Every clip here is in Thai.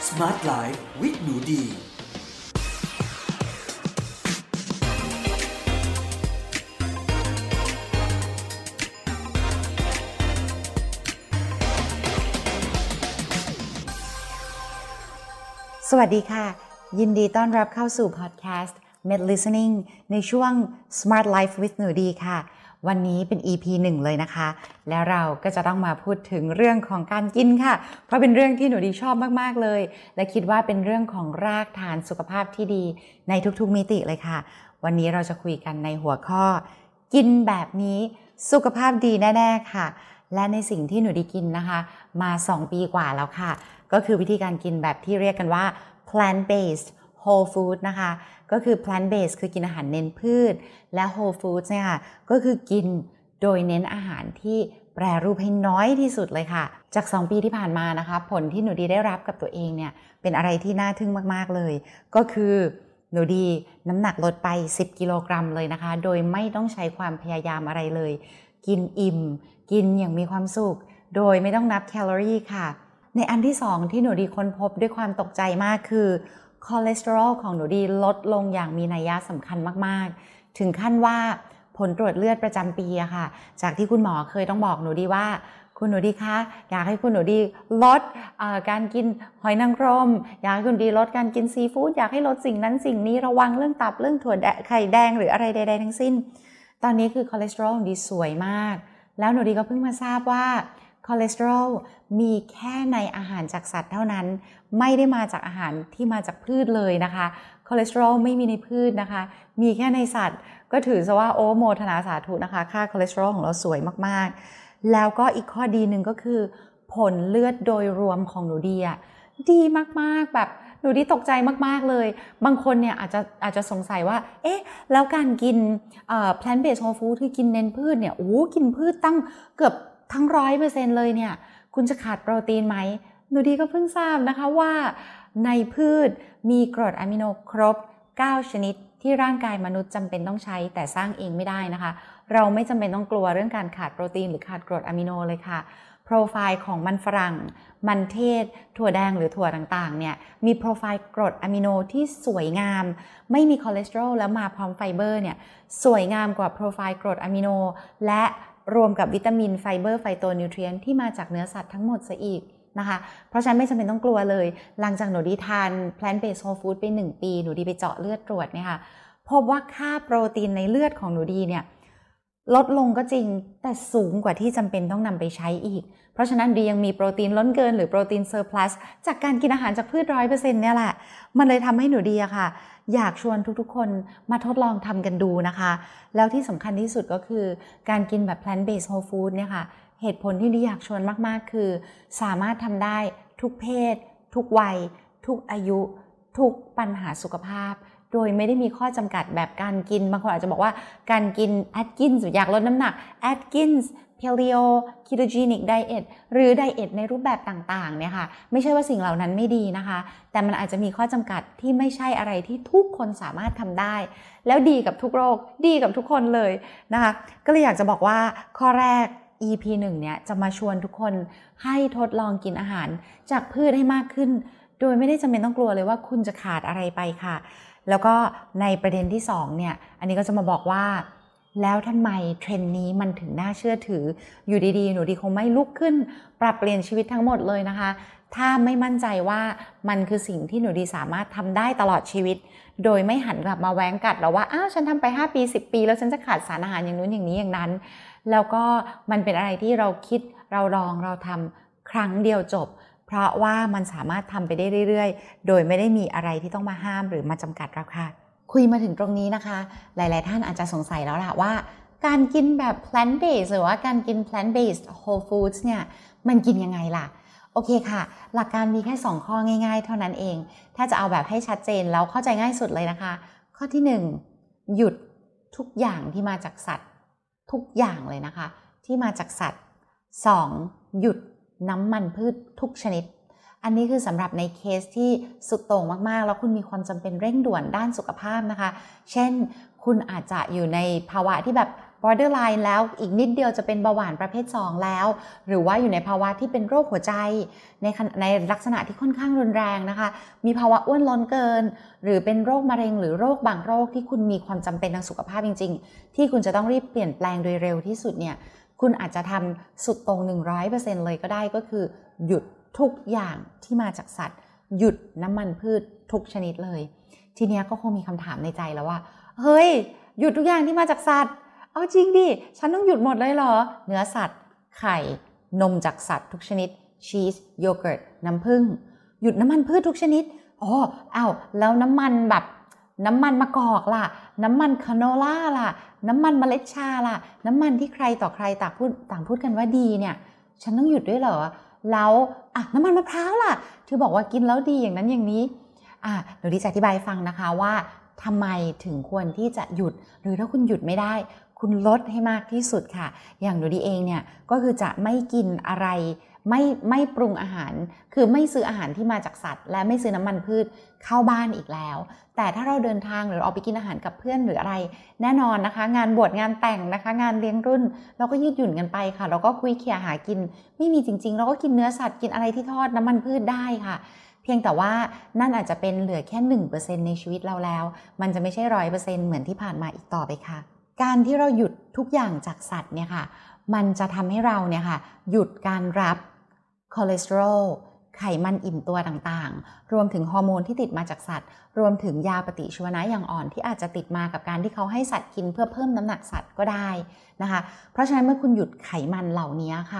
Smart Life with หนูดีสวัสดีค่ะยินดีต้อนรับเข้าสู่พอดแคสต์ Med Listening ในช่วง Smart Life with หนูดีค่ะวันนี้เป็น EP 1 เลยนะคะแล้วเราก็จะต้องมาพูดถึงเรื่องของการกินค่ะเพราะเป็นเรื่องที่หนูดีชอบมากๆเลยและคิดว่าเป็นเรื่องของรากฐานสุขภาพที่ดีในทุกๆมิติเลยค่ะวันนี้เราจะคุยกันในหัวข้อกินแบบนี้สุขภาพดีแน่ๆค่ะและในสิ่งที่หนูดีกินนะคะมา2 ปีกว่าแล้วค่ะก็คือวิธีการกินแบบที่เรียกกันว่า plant based whole food นะคะก็คือ plant based คือกินอาหารเน้นพืชและ whole foods เนี่ยค่ะก็คือกินโดยเน้นอาหารที่แปรรูปให้น้อยที่สุดเลยค่ะจาก2 ปีที่ผ่านมานะคะผลที่หนูดีได้รับกับตัวเองเนี่ยเป็นอะไรที่น่าทึ่งมากๆเลยก็คือหนูดีน้ำหนักลดไป10 กิโลกรัมเลยนะคะโดยไม่ต้องใช้ความพยายามอะไรเลยกินอิ่มกินอย่างมีความสุขโดยไม่ต้องนับแคลอรี่ค่ะในอันที่2ที่หนูดีค้นพบด้วยความตกใจมากคือคอเลสเตอรอลของหนูดีลดลงอย่างมีนัยสำคัญมากๆถึงขั้นว่าผลตรวจเลือดประจำปีอะค่ะจากที่คุณหมอเคยต้องบอกหนูดีว่าคุณหนูดีคะอยากให้คุณหนูดีลดการกินหอยนางรมอยากให้คุณหนูดีลดการกินซีฟู้ดอยากให้ลดสิ่งนั้นสิ่งนี้ระวังเรื่องตับเรื่องถั่วไข่แดงหรืออะไรใดๆทั้งสิ้นตอนนี้คือคอเลสเตอรอลดีสวยมากแล้วหนูดีก็เพิ่งมาทราบว่าคอเลสเตอรอลมีแค่ในอาหารจากสัตว์เท่านั้นไม่ได้มาจากอาหารที่มาจากพืชเลยนะคะคอเลสเตอรอลไม่มีในพืชนะคะมีแค่ในสัตว์ก็ถือซะว่าโอ้โมทนาสาธุนะคะค่าคอเลสเตอรอลของเราสวยมากๆแล้วก็อีกข้อดีหนึ่งก็คือผลเลือดโดยรวมของหนูดีอะดีมากๆแบบหนูดีตกใจมากๆเลยบางคนเนี่ยอาจจะสงสัยว่าเอ๊ะแล้วการกินplant based whole food คือกินเน้นพืชเนี่ยกินพืชตั้งเกือบทั้ง 100% เลยเนี่ยคุณจะขาดโปรตีนไหมหนูดีก็เพิ่งทราบนะคะว่าในพืชมีกรดอะมิโนครบ9 ชนิดที่ร่างกายมนุษย์จำเป็นต้องใช้แต่สร้างเองไม่ได้นะคะเราไม่จำเป็นต้องกลัวเรื่องการขาดโปรตีนหรือขาดกรดอะมิโนเลยค่ะโปรไฟล์ของมันฝรั่งมันเทศถั่วแดงหรือถั่วต่างๆเนี่ยมีโปรไฟล์กรดอะมิโนที่สวยงามไม่มีคอเลสเตอรอลแล้วมาพร้อมไฟเบอร์เนี่ยสวยงามกว่าโปรไฟล์กรดอะมิโนและรวมกับวิตามินไฟเบอร์ไฟโตนิวเทรียนที่มาจากเนื้อสัตว์ทั้งหมดซะอีกนะคะเพราะฉะนั้นไม่จำเป็นต้องกลัวเลยหลังจากหนูดีทาน plant based whole food ไป1 ปีหนูดีไปเจาะเลือดตรวจเนี่ยค่ะพบว่าค่าโปรตีนในเลือดของหนูดีเนี่ยลดลงก็จริงแต่สูงกว่าที่จำเป็นต้องนำไปใช้อีกเพราะฉะนั้นดียังมีโปรตีนล้นเกินหรือโปรตีนเซอร์พลัสจากการกินอาหารจากพืช 100% เนี่ยแหละมันเลยทำให้หนูดีอะค่ะอยากชวนทุกๆคนมาทดลองทำกันดูนะคะแล้วที่สำคัญที่สุดก็คือการกินแบบ plant based whole food เนี่ยค่ะเหตุผลที่ดีอยากชวนมากๆคือสามารถทำได้ทุกเพศทุกวัยทุกอายุทุกปัญหาสุขภาพโดยไม่ได้มีข้อจำกัดแบบการกินบางคนอาจจะบอกว่าการกิน Atkins อยากลดน้ำหนัก Atkins Paleo Ketogenic Diet หรือ Diet ในรูปแบบต่างๆเนี่ยค่ะไม่ใช่ว่าสิ่งเหล่านั้นไม่ดีนะคะแต่มันอาจจะมีข้อจำกัดที่ไม่ใช่อะไรที่ทุกคนสามารถทำได้แล้วดีกับทุกโรคดีกับทุกคนเลยนะคะก็เลยอยากจะบอกว่าข้อแรกEP 1เนี่ยจะมาชวนทุกคนให้ทดลองกินอาหารจากพืชให้มากขึ้นโดยไม่ได้จำเป็นต้องกลัวเลยว่าคุณจะขาดอะไรไปค่ะแล้วก็ในประเด็นที่2เนี่ยอันนี้ก็จะมาบอกว่าแล้วทำไมเทรนด์นี้มันถึงน่าเชื่อถืออยู่ดีๆหนูดีคงไม่ลุกขึ้นปรับเปลี่ยนชีวิตทั้งหมดเลยนะคะถ้าไม่มั่นใจว่ามันคือสิ่งที่หนูดีสามารถทำได้ตลอดชีวิตโดยไม่หันกลับมาแว้งกัดแล้วว่าอ้าวฉันทำไป5 ปี10 ปีแล้วฉันจะขาดสารอาหารอย่างนู้นอย่างนี้อย่างนั้นแล้วก็มันเป็นอะไรที่เราคิดเราลองเราทำครั้งเดียวจบเพราะว่ามันสามารถทำไปได้เรื่อยๆโดยไม่ได้มีอะไรที่ต้องมาห้ามหรือมาจำกัดเราค่ะคุยมาถึงตรงนี้นะคะหลายๆท่านอาจจะสงสัยแล้วล่ะว่าการกินแบบ plant based หรือว่าการกิน plant based whole foods เนี่ยมันกินยังไงล่ะโอเคค่ะหลักการมีแค่2 ข้อง่ายๆเท่านั้นเองถ้าจะเอาแบบให้ชัดเจนแล้วเข้าใจง่ายสุดเลยนะคะข้อที่1หยุดทุกอย่างที่มาจากสัตว์ทุกอย่างเลยนะคะที่มาจากสัตว์2หยุดน้ำมันพืชทุกชนิดอันนี้คือสำหรับในเคสที่สุดโต่งมากๆแล้วคุณมีความจำเป็นเร่งด่วนด้านสุขภาพนะคะเช่นคุณอาจจะอยู่ในภาวะที่แบบ borderline แล้วอีกนิดเดียวจะเป็นเบาหวานประเภท2แล้วหรือว่าอยู่ในภาวะที่เป็นโรคหัวใจในลักษณะที่ค่อนข้างรุนแรงนะคะมีภาวะอ้วนล้นเกินหรือเป็นโรคมะเร็งหรือโรคบางโรคที่คุณมีความจำเป็นทางสุขภาพจริงๆที่คุณจะต้องรีบเปลี่ยนแปลงโดยเร็วที่สุดเนี่ยคุณอาจจะทำสุดตรง 100% เลยก็ได้ก็คือหยุดทุกอย่างที่มาจากสัตว์หยุดน้ำมันพืชทุกชนิดเลยทีเนี้ยก็คงมีคำถามในใจแล้วว่าเฮ้ยหยุดทุกอย่างที่มาจากสัตว์เอาจริงดิฉันต้องหยุดหมดเลยเหรอเนื้อสัตว์ไข่นมจากสัตว์ทุกชนิดชีสโยเกิร์ตน้ำผึ้งหยุดน้ำมันพืชทุกชนิดแล้วน้ำมันแบบน้ำมันมะกอกล่ะน้ำมันคาโนล่าล่ะน้ำมันเมล็ดชาล่ะน้ำมันที่ใครต่อใครต่างพูดกันว่าดีเนี่ยฉันต้องหยุดด้วยเหรอแล้วน้ำมันมะพร้าวล่ะที่บอกว่ากินแล้วดีอย่างนั้นอย่างนี้เดี๋ยวดิจะอธิบายฟังนะคะว่าทำไมถึงควรที่จะหยุดหรือถ้าคุณหยุดไม่ได้คุณลดให้มากที่สุดค่ะอย่างหนูดีเองเนี่ยก็คือจะไม่กินอะไรไม่ปรุงอาหารคือไม่ซื้ออาหารที่มาจากสัตว์และไม่ซื้อน้ำมันพืชเข้าบ้านอีกแล้วแต่ถ้าเราเดินทางหรือออกไปกินอาหารกับเพื่อนหรืออะไรแน่นอนนะคะงานบวชงานแต่งนะคะงานเลี้ยงรุ่นเราก็ยืดหยุ่นกันไปค่ะเราก็คุยเคียหากินไม่มีจริงๆเราก็กินเนื้อสัตว์กินอะไรที่ทอดน้ำมันพืชได้ค่ะเพียงแต่ว่านั่นอาจจะเป็นเหลือแค่ 1% ในชีวิตเราแล้วมันจะไม่ใช่ 100% เหมือนที่ผ่านมาอีกต่อไปค่ะการที่เราหยุดทุกอย่างจากสัตว์เนี่ยค่ะมันจะทำให้เราเนี่ยค่ะหยุดการรับคอเลสเตอรอลไขมันอิ่มตัวต่างๆรวมถึงฮอร์โมนที่ติดมาจากสัตว์รวมถึงยาปฏิชีวนะอย่างอ่อนที่อาจจะติดมากับการที่เขาให้สัตว์กินเพื่อเพิ่มน้ำหนักสัตว์ก็ได้นะคะเพราะฉะนั้นเมื่อคุณหยุดไขมันเหล่านี้ค่ะ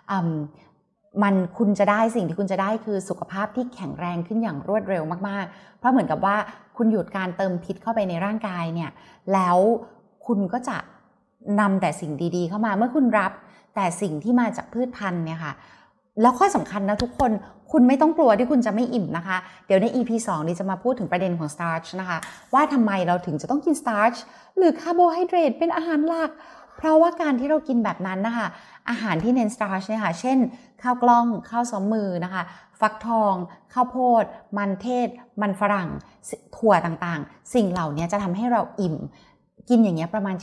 คุณจะได้สิ่งที่คุณจะได้คือสุขภาพที่แข็งแรงขึ้นอย่างรวดเร็วมากๆเพราะเหมือนกับว่าคุณหยุดการเติมพิษเข้าไปในร่างกายเนี่ยแล้วคุณก็จะนำแต่สิ่งดีๆเข้ามาเมื่อคุณรับแต่สิ่งที่มาจากพืชพันธุ์เนี่ยค่ะแล้วข้อสำคัญนะทุกคนคุณไม่ต้องกลัวที่คุณจะไม่อิ่มนะคะเดี๋ยวใน EP 2นี้จะมาพูดถึงประเด็นของ starch นะคะว่าทำไมเราถึงจะต้องกิน starch หรือคาร์โบไฮเดรตเป็นอาหารหลักเพราะว่าการที่เรากินแบบนั้นนะคะอาหารที่เน้น starch เนี่ยค่ะเช่นข้าวกล้องข้าวซ้อมมือนะคะฟักทองข้าวโพดมันเทศมันฝรั่งถั่วต่างๆสิ่งเหล่านี้จะทำให้เราอิ่มกินอย่างเงี้ยประมาณ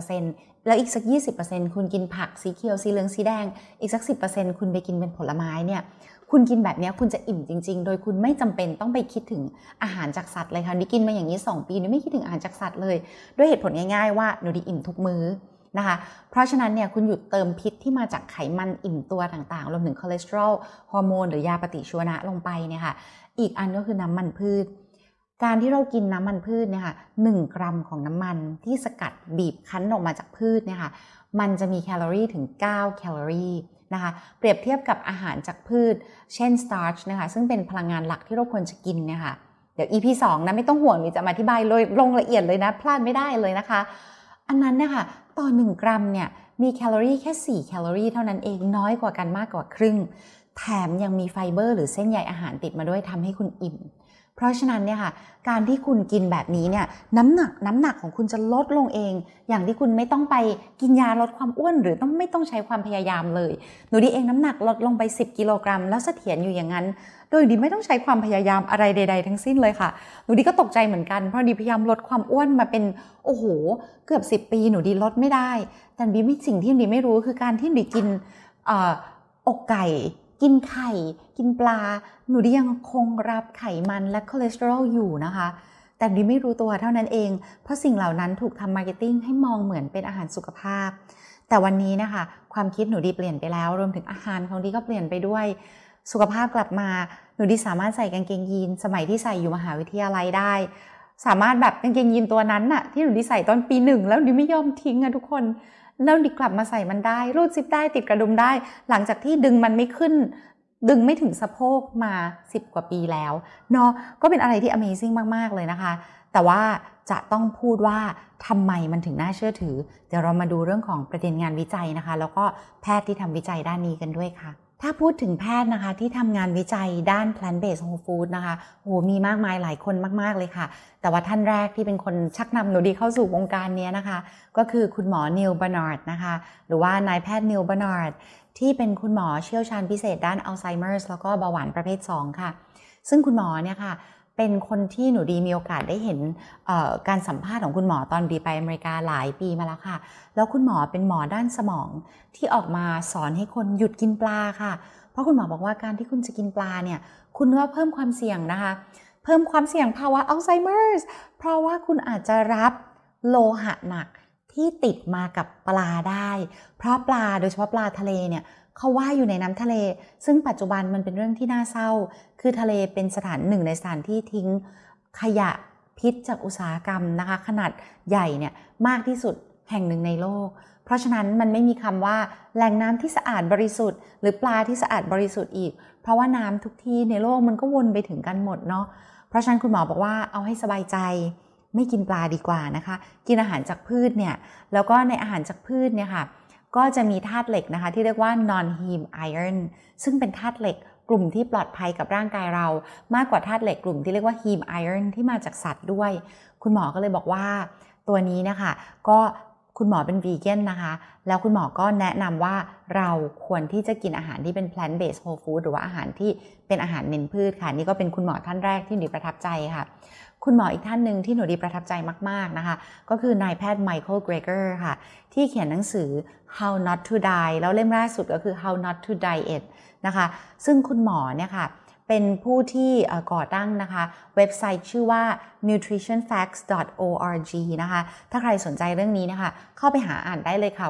70% แล้วอีกสัก 20% คุณกินผักสีเขียวสีเหลืองสีแดงอีกสัก 10% คุณไปกินเป็นผลไม้เนี่ยคุณกินแบบนี้คุณจะอิ่มจริงๆโดยคุณไม่จำเป็นต้องไปคิดถึงอาหารจากสัตว์เลยค่ะนี่กินมาอย่างนี้2 ปีนี่ไม่คิดถึงอาหารจากสัตว์เลยด้วยเหตุผลง่ายๆว่าหนูดีอิ่มทุกมื้อนะคะเพราะฉะนั้นเนี่ยคุณหยุดเติมพิษที่มาจากไขมันอิ่มตัวต่างๆรวมถึงคอเลสเตอรอลฮอร์โมนหรือยาปฏิชีวนะลงไปเนี่ยค่ะอีกอันก็คือน้ำมันพืชการที่เรากินน้ำมันพืชเนี่ยค่ะ1 กรัมของน้ำมันที่สกัดบีบคั้นออกมาจากพืชเนี่ยค่ะมันจะมีแคลอรี่ถึง9 แคลอรี่นะคะเปรียบเทียบกับอาหารจากพืชเช่น starch นะคะซึ่งเป็นพลังงานหลักที่เราควรจะกินเนี่ยค่ะเดี๋ยว EP 2นะไม่ต้องห่วงนี่จะมาอธิบายลงละเอียดเลยนะพลาดไม่ได้เลยนะคะอันนั้นเนี่ยค่ะต่อ1 กรัมเนี่ยมีแคลอรี่แค่4 แคลอรี่เท่านั้นเองน้อยกว่ากันมากกว่าครึ่งแถมยังมีไฟเบอร์หรือเส้นใยอาหารติดมาด้วยทำให้คุณอิ่มเพราะฉะนั้นเนี่ยค่ะการที่คุณกินแบบนี้เนี่ยน้ำหนักของคุณจะลดลงเองอย่างที่คุณไม่ต้องไปกินยาลดความอ้วนหรือไม่ต้องใช้ความพยายามเลยหนูดีเองน้ำหนักลดลงไป10 กิโลกรัมแล้วเสถียรอยู่อย่างนั้นโดยดีไม่ต้องใช้ความพยายามอะไรใดๆทั้งสิ้นเลยค่ะหนูดีก็ตกใจเหมือนกันเพราะดีพยายามลดความอ้วนมาเป็นเกือบ10 ปีหนูดีลดไม่ได้แต่ดีมีสิ่งที่ดีไม่รู้คือการที่ดีกินอกไก่กินไข่กินปลาหนูดียังคงรับไขมันและคอเลสเตอรอลอยู่นะคะแต่ดีไม่รู้ตัวเท่านั้นเองเพราะสิ่งเหล่านั้นถูกทำมาร์เก็ตติ้งให้มองเหมือนเป็นอาหารสุขภาพแต่วันนี้นะคะความคิดหนูดีเปลี่ยนไปแล้วรวมถึงอาหารของดีก็เปลี่ยนไปด้วยสุขภาพกลับมาหนูดีสามารถใส่กางเกงยีนสมัยที่ใส่อยู่มหาวิทยาลัยได้สามารถแบบกางเกงยีนตัวนั้นน่ะที่หนูดีใส่ตอนปี 1แล้วดีไม่ยอมทิ้งทุกคนแล้วดีกลับมาใส่มันได้รูดซิปได้ติดกระดุมได้หลังจากที่ดึงมันไม่ขึ้นดึงไม่ถึงสะโพกมา10 กว่าปีแล้วเนาะก็เป็นอะไรที่ Amazing มากๆเลยนะคะแต่ว่าจะต้องพูดว่าทำไมมันถึงน่าเชื่อถือเดี๋ยวเรามาดูเรื่องของประเด็นงานวิจัยนะคะแล้วก็แพทย์ที่ทำวิจัยด้านนี้กันด้วยค่ะถ้าพูดถึงแพทย์นะคะที่ทำงานวิจัยด้าน plant based whole food นะคะมีมากมายหลายคนมากๆเลยค่ะแต่ว่าท่านแรกที่เป็นคนชักนำหนูดีเข้าสู่วงการนี้นะคะก็คือคุณหมอนิลบาร์นาร์ดนะคะหรือว่านายแพทย์นิลบาร์นาร์ดที่เป็นคุณหมอเชี่ยวชาญพิเศษด้านอัลไซเมอร์แล้วก็เบาหวานประเภท2ค่ะซึ่งคุณหมอเนี่ยค่ะเป็นคนที่หนูดีมีโอกาสได้เห็นการสัมภาษณ์ของคุณหมอตอนดีไปอเมริกาหลายปีมาแล้วค่ะแล้วคุณหมอเป็นหมอด้านสมองที่ออกมาสอนให้คนหยุดกินปลาค่ะเพราะคุณหมอบอกว่าการที่คุณจะกินปลาเนี่ยคุณก็เพิ่มความเสี่ยงนะคะเพิ่มความเสี่ยงภาวะอัลไซเมอร์เพราะว่าคุณอาจจะรับโลหะหนักที่ติดมากับปลาได้เพราะปลาโดยเฉพาะปลาทะเลเนี่ยเขาว่ายอยู่ในน้ำทะเลซึ่งปัจจุบันมันเป็นเรื่องที่น่าเศร้าคือทะเลเป็นหนึ่งในสถานที่ทิ้งขยะพิษจากอุตสาหกรรมนะคะขนาดใหญ่เนี่ยมากที่สุดแห่งหนึ่งในโลกเพราะฉะนั้นมันไม่มีคำว่าแหล่งน้ำที่สะอาดบริสุทธิ์หรือปลาที่สะอาดบริสุทธิ์อีกเพราะว่าน้ำทุกที่ในโลกมันก็วนไปถึงกันหมดเนาะเพราะฉะนั้นคุณหมอบอกว่าเอาให้สบายใจไม่กินปลาดีกว่านะคะกินอาหารจากพืชเนี่ยแล้วก็ในอาหารจากพืชเนี่ยค่ะก็จะมีธาตุเหล็กนะคะที่เรียกว่า non-heme iron ซึ่งเป็นธาตุเหล็กกลุ่มที่ปลอดภัยกับร่างกายเรามากกว่าธาตุเหล็กกลุ่มที่เรียกว่า heme iron ที่มาจากสัตว์ด้วยคุณหมอก็เลยบอกว่าตัวนี้นะคะก็คุณหมอเป็นวีแกนนะคะแล้วคุณหมอก็แนะนำว่าเราควรที่จะกินอาหารที่เป็น plant based whole food หรือว่าอาหารที่เป็นอาหารเน้นพืชค่ะนี่ก็เป็นคุณหมอท่านแรกที่หนูประทับใจค่ะคุณหมออีกท่านหนึ่งที่หนูดีประทับใจมากๆนะคะก็คือนายแพทย์ไมเคิลเกรเกอร์ค่ะที่เขียนหนังสือ How Not to Die แล้วเล่มล่าสุดก็คือ How Not to Diet นะคะซึ่งคุณหมอเนี่ยค่ะเป็นผู้ที่ก่อตั้งนะคะเว็บไซต์ชื่อว่า nutritionfacts.org นะคะถ้าใครสนใจเรื่องนี้นะคะเข้าไปหาอ่านได้เลยค่ะ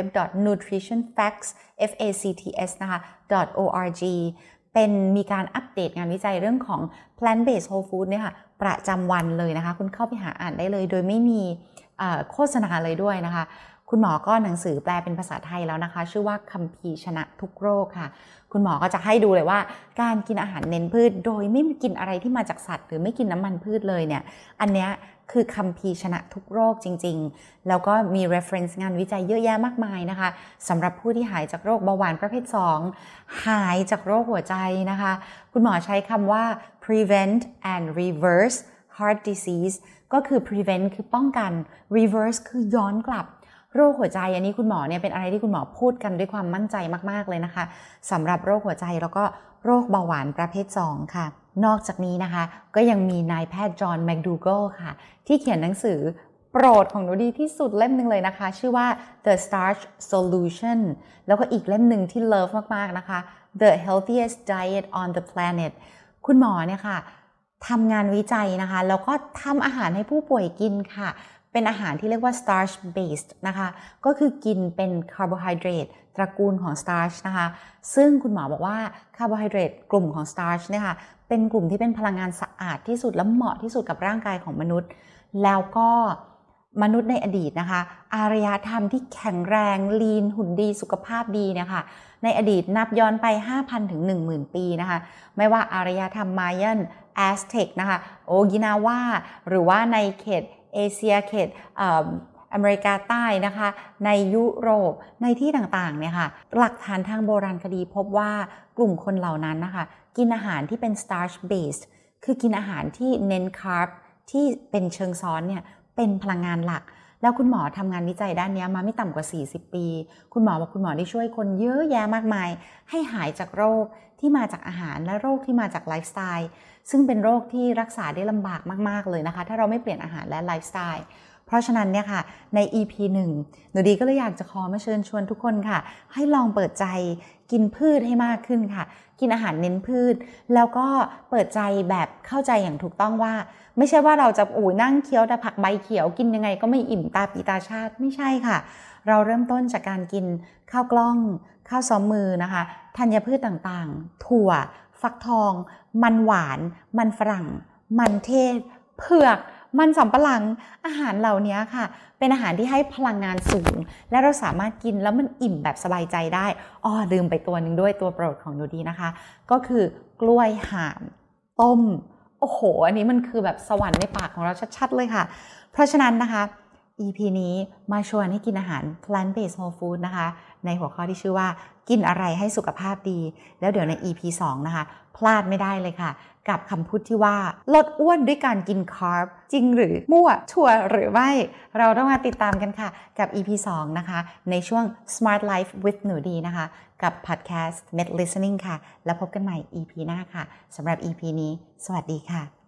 www.nutritionfacts นะคะ .org เป็นมีการอัปเดตงานวิจัยเรื่องของ plant based whole food เนี่ยค่ะประจำวันเลยนะคะคุณเข้าไปหาอ่านได้เลยโดยไม่มีโฆษณาเลยด้วยนะคะคุณหมอก็หนังสือแปลเป็นภาษาไทยแล้วนะคะชื่อว่าคัมภีร์ชนะทุกโรคค่ะคุณหมอก็จะให้ดูเลยว่าการกินอาหารเน้นพืชโดยไม่กินอะไรที่มาจากสัตว์หรือไม่กินน้ำมันพืชเลยเนี่ยอันเนี้ยคือคัมภีร์ชนะทุกโรคจริงๆแล้วก็มี reference งานวิจัยเยอะแยะมากมายนะคะสำหรับผู้ที่หายจากโรคเบาหวานประเภท2หายจากโรคหัวใจนะคะคุณหมอใช้คำว่า prevent and reverse heart disease ก็คือ prevent คือป้องกัน reverse คือย้อนกลับโรคหัวใจอันนี้คุณหมอเนี่ยเป็นอะไรที่คุณหมอพูดกันด้วยความมั่นใจมากๆเลยนะคะสำหรับโรคหัวใจแล้วก็โรคเบาหวานประเภท2ค่ะนอกจากนี้นะคะก็ยังมีนายแพทย์จอห์นแมคดูกัลค่ะที่เขียนหนังสือโปรดของหนูดีที่สุดเล่มหนึ่งเลยนะคะชื่อว่า The Starch Solution แล้วก็อีกเล่มหนึ่งที่เลิฟมากๆนะคะ The Healthiest Diet on the Planet คุณหมอเนี่ยค่ะทำงานวิจัยนะคะแล้วก็ทำอาหารให้ผู้ป่วยกินค่ะเป็นอาหารที่เรียกว่า starch based นะคะก็คือกินเป็นคาร์โบไฮเดรตตระกูลของ starch นะคะซึ่งคุณหมอบอกว่าคาร์โบไฮเดรตกลุ่มของ starch เนี่ยค่ะเป็นกลุ่มที่เป็นพลังงานสะอาดที่สุดและเหมาะที่สุดกับร่างกายของมนุษย์แล้วก็มนุษย์ในอดีตนะคะอารยธรรมที่แข็งแรงลีนหุ่นดีสุขภาพดีเนี่ยค่ะในอดีตนับย้อนไป 5,000 ถึง 10,000 ปีนะคะไม่ว่าอารยธรรมมายันแอสเท็กนะคะโอกินาวาหรือว่าในเขตเอเชียเขตอเมริกาใต้นะคะในยุโรปในที่ต่างๆเนี่ยค่ะหลักฐานทางโบราณคดีพบว่ากลุ่มคนเหล่านั้นนะคะกินอาหารที่เป็น starch based คือกินอาหารที่เน้นคาร์บที่เป็นเชิงซ้อนเนี่ยเป็นพลังงานหลักแล้วคุณหมอทำงานวิจัยด้านนี้มาไม่ต่ำกว่า40ปีคุณหมอบอกคุณหมอได้ช่วยคนเยอะแยะมากมายให้หายจากโรคที่มาจากอาหารและโรคที่มาจากไลฟ์สไตล์ซึ่งเป็นโรคที่รักษาได้ลำบากมากๆเลยนะคะถ้าเราไม่เปลี่ยนอาหารและไลฟ์สไตล์เพราะฉะนั้นเนี่ยค่ะใน EP 1หนูดีก็เลยอยากจะขอมาเชิญชวนทุกคนค่ะให้ลองเปิดใจกินพืชให้มากขึ้นค่ะกินอาหารเน้นพืชแล้วก็เปิดใจแบบเข้าใจอย่างถูกต้องว่าไม่ใช่ว่าเราจะนั่งเคี้ยวแต่ผักใบเขียวกินยังไงก็ไม่อิ่มตาปีตาชาติไม่ใช่ค่ะเราเริ่มต้นจากการกินข้าวกล้องข้าวซ้อมมือนะคะธัญพืชต่างๆถั่วฟักทองมันหวานมันฝรั่งมันเทศเผือกมันสำปะหลังอาหารเหล่านี้ค่ะเป็นอาหารที่ให้พลังงานสูงและเราสามารถกินแล้วมันอิ่มแบบสบายใจได้ลืมไปตัวหนึ่งด้วยตัวโปรดของหนูดีนะคะก็คือกล้วยห่ามต้มโอ้โหอันนี้มันคือแบบสวรรค์ในปากของเราชัดๆเลยค่ะเพราะฉะนั้นนะคะ EP นี้มาชวนให้กินอาหาร plant based whole food นะคะในหัวข้อที่ชื่อว่ากินอะไรให้สุขภาพดีแล้วเดี๋ยวใน EP 2นะคะพลาดไม่ได้เลยค่ะกับคำพูดที่ว่าลดอ้วนด้วยการกินคาร์บจริงหรือมั่วชัวร์หรือไม่เราต้องมาติดตามกันค่ะกับ EP 2นะคะในช่วง Smart Life with หนูดีนะคะกับ Podcast Med Listening ค่ะแล้วพบกันใหม่ EP หน้าค่ะสำหรับ EP นี้สวัสดีค่ะ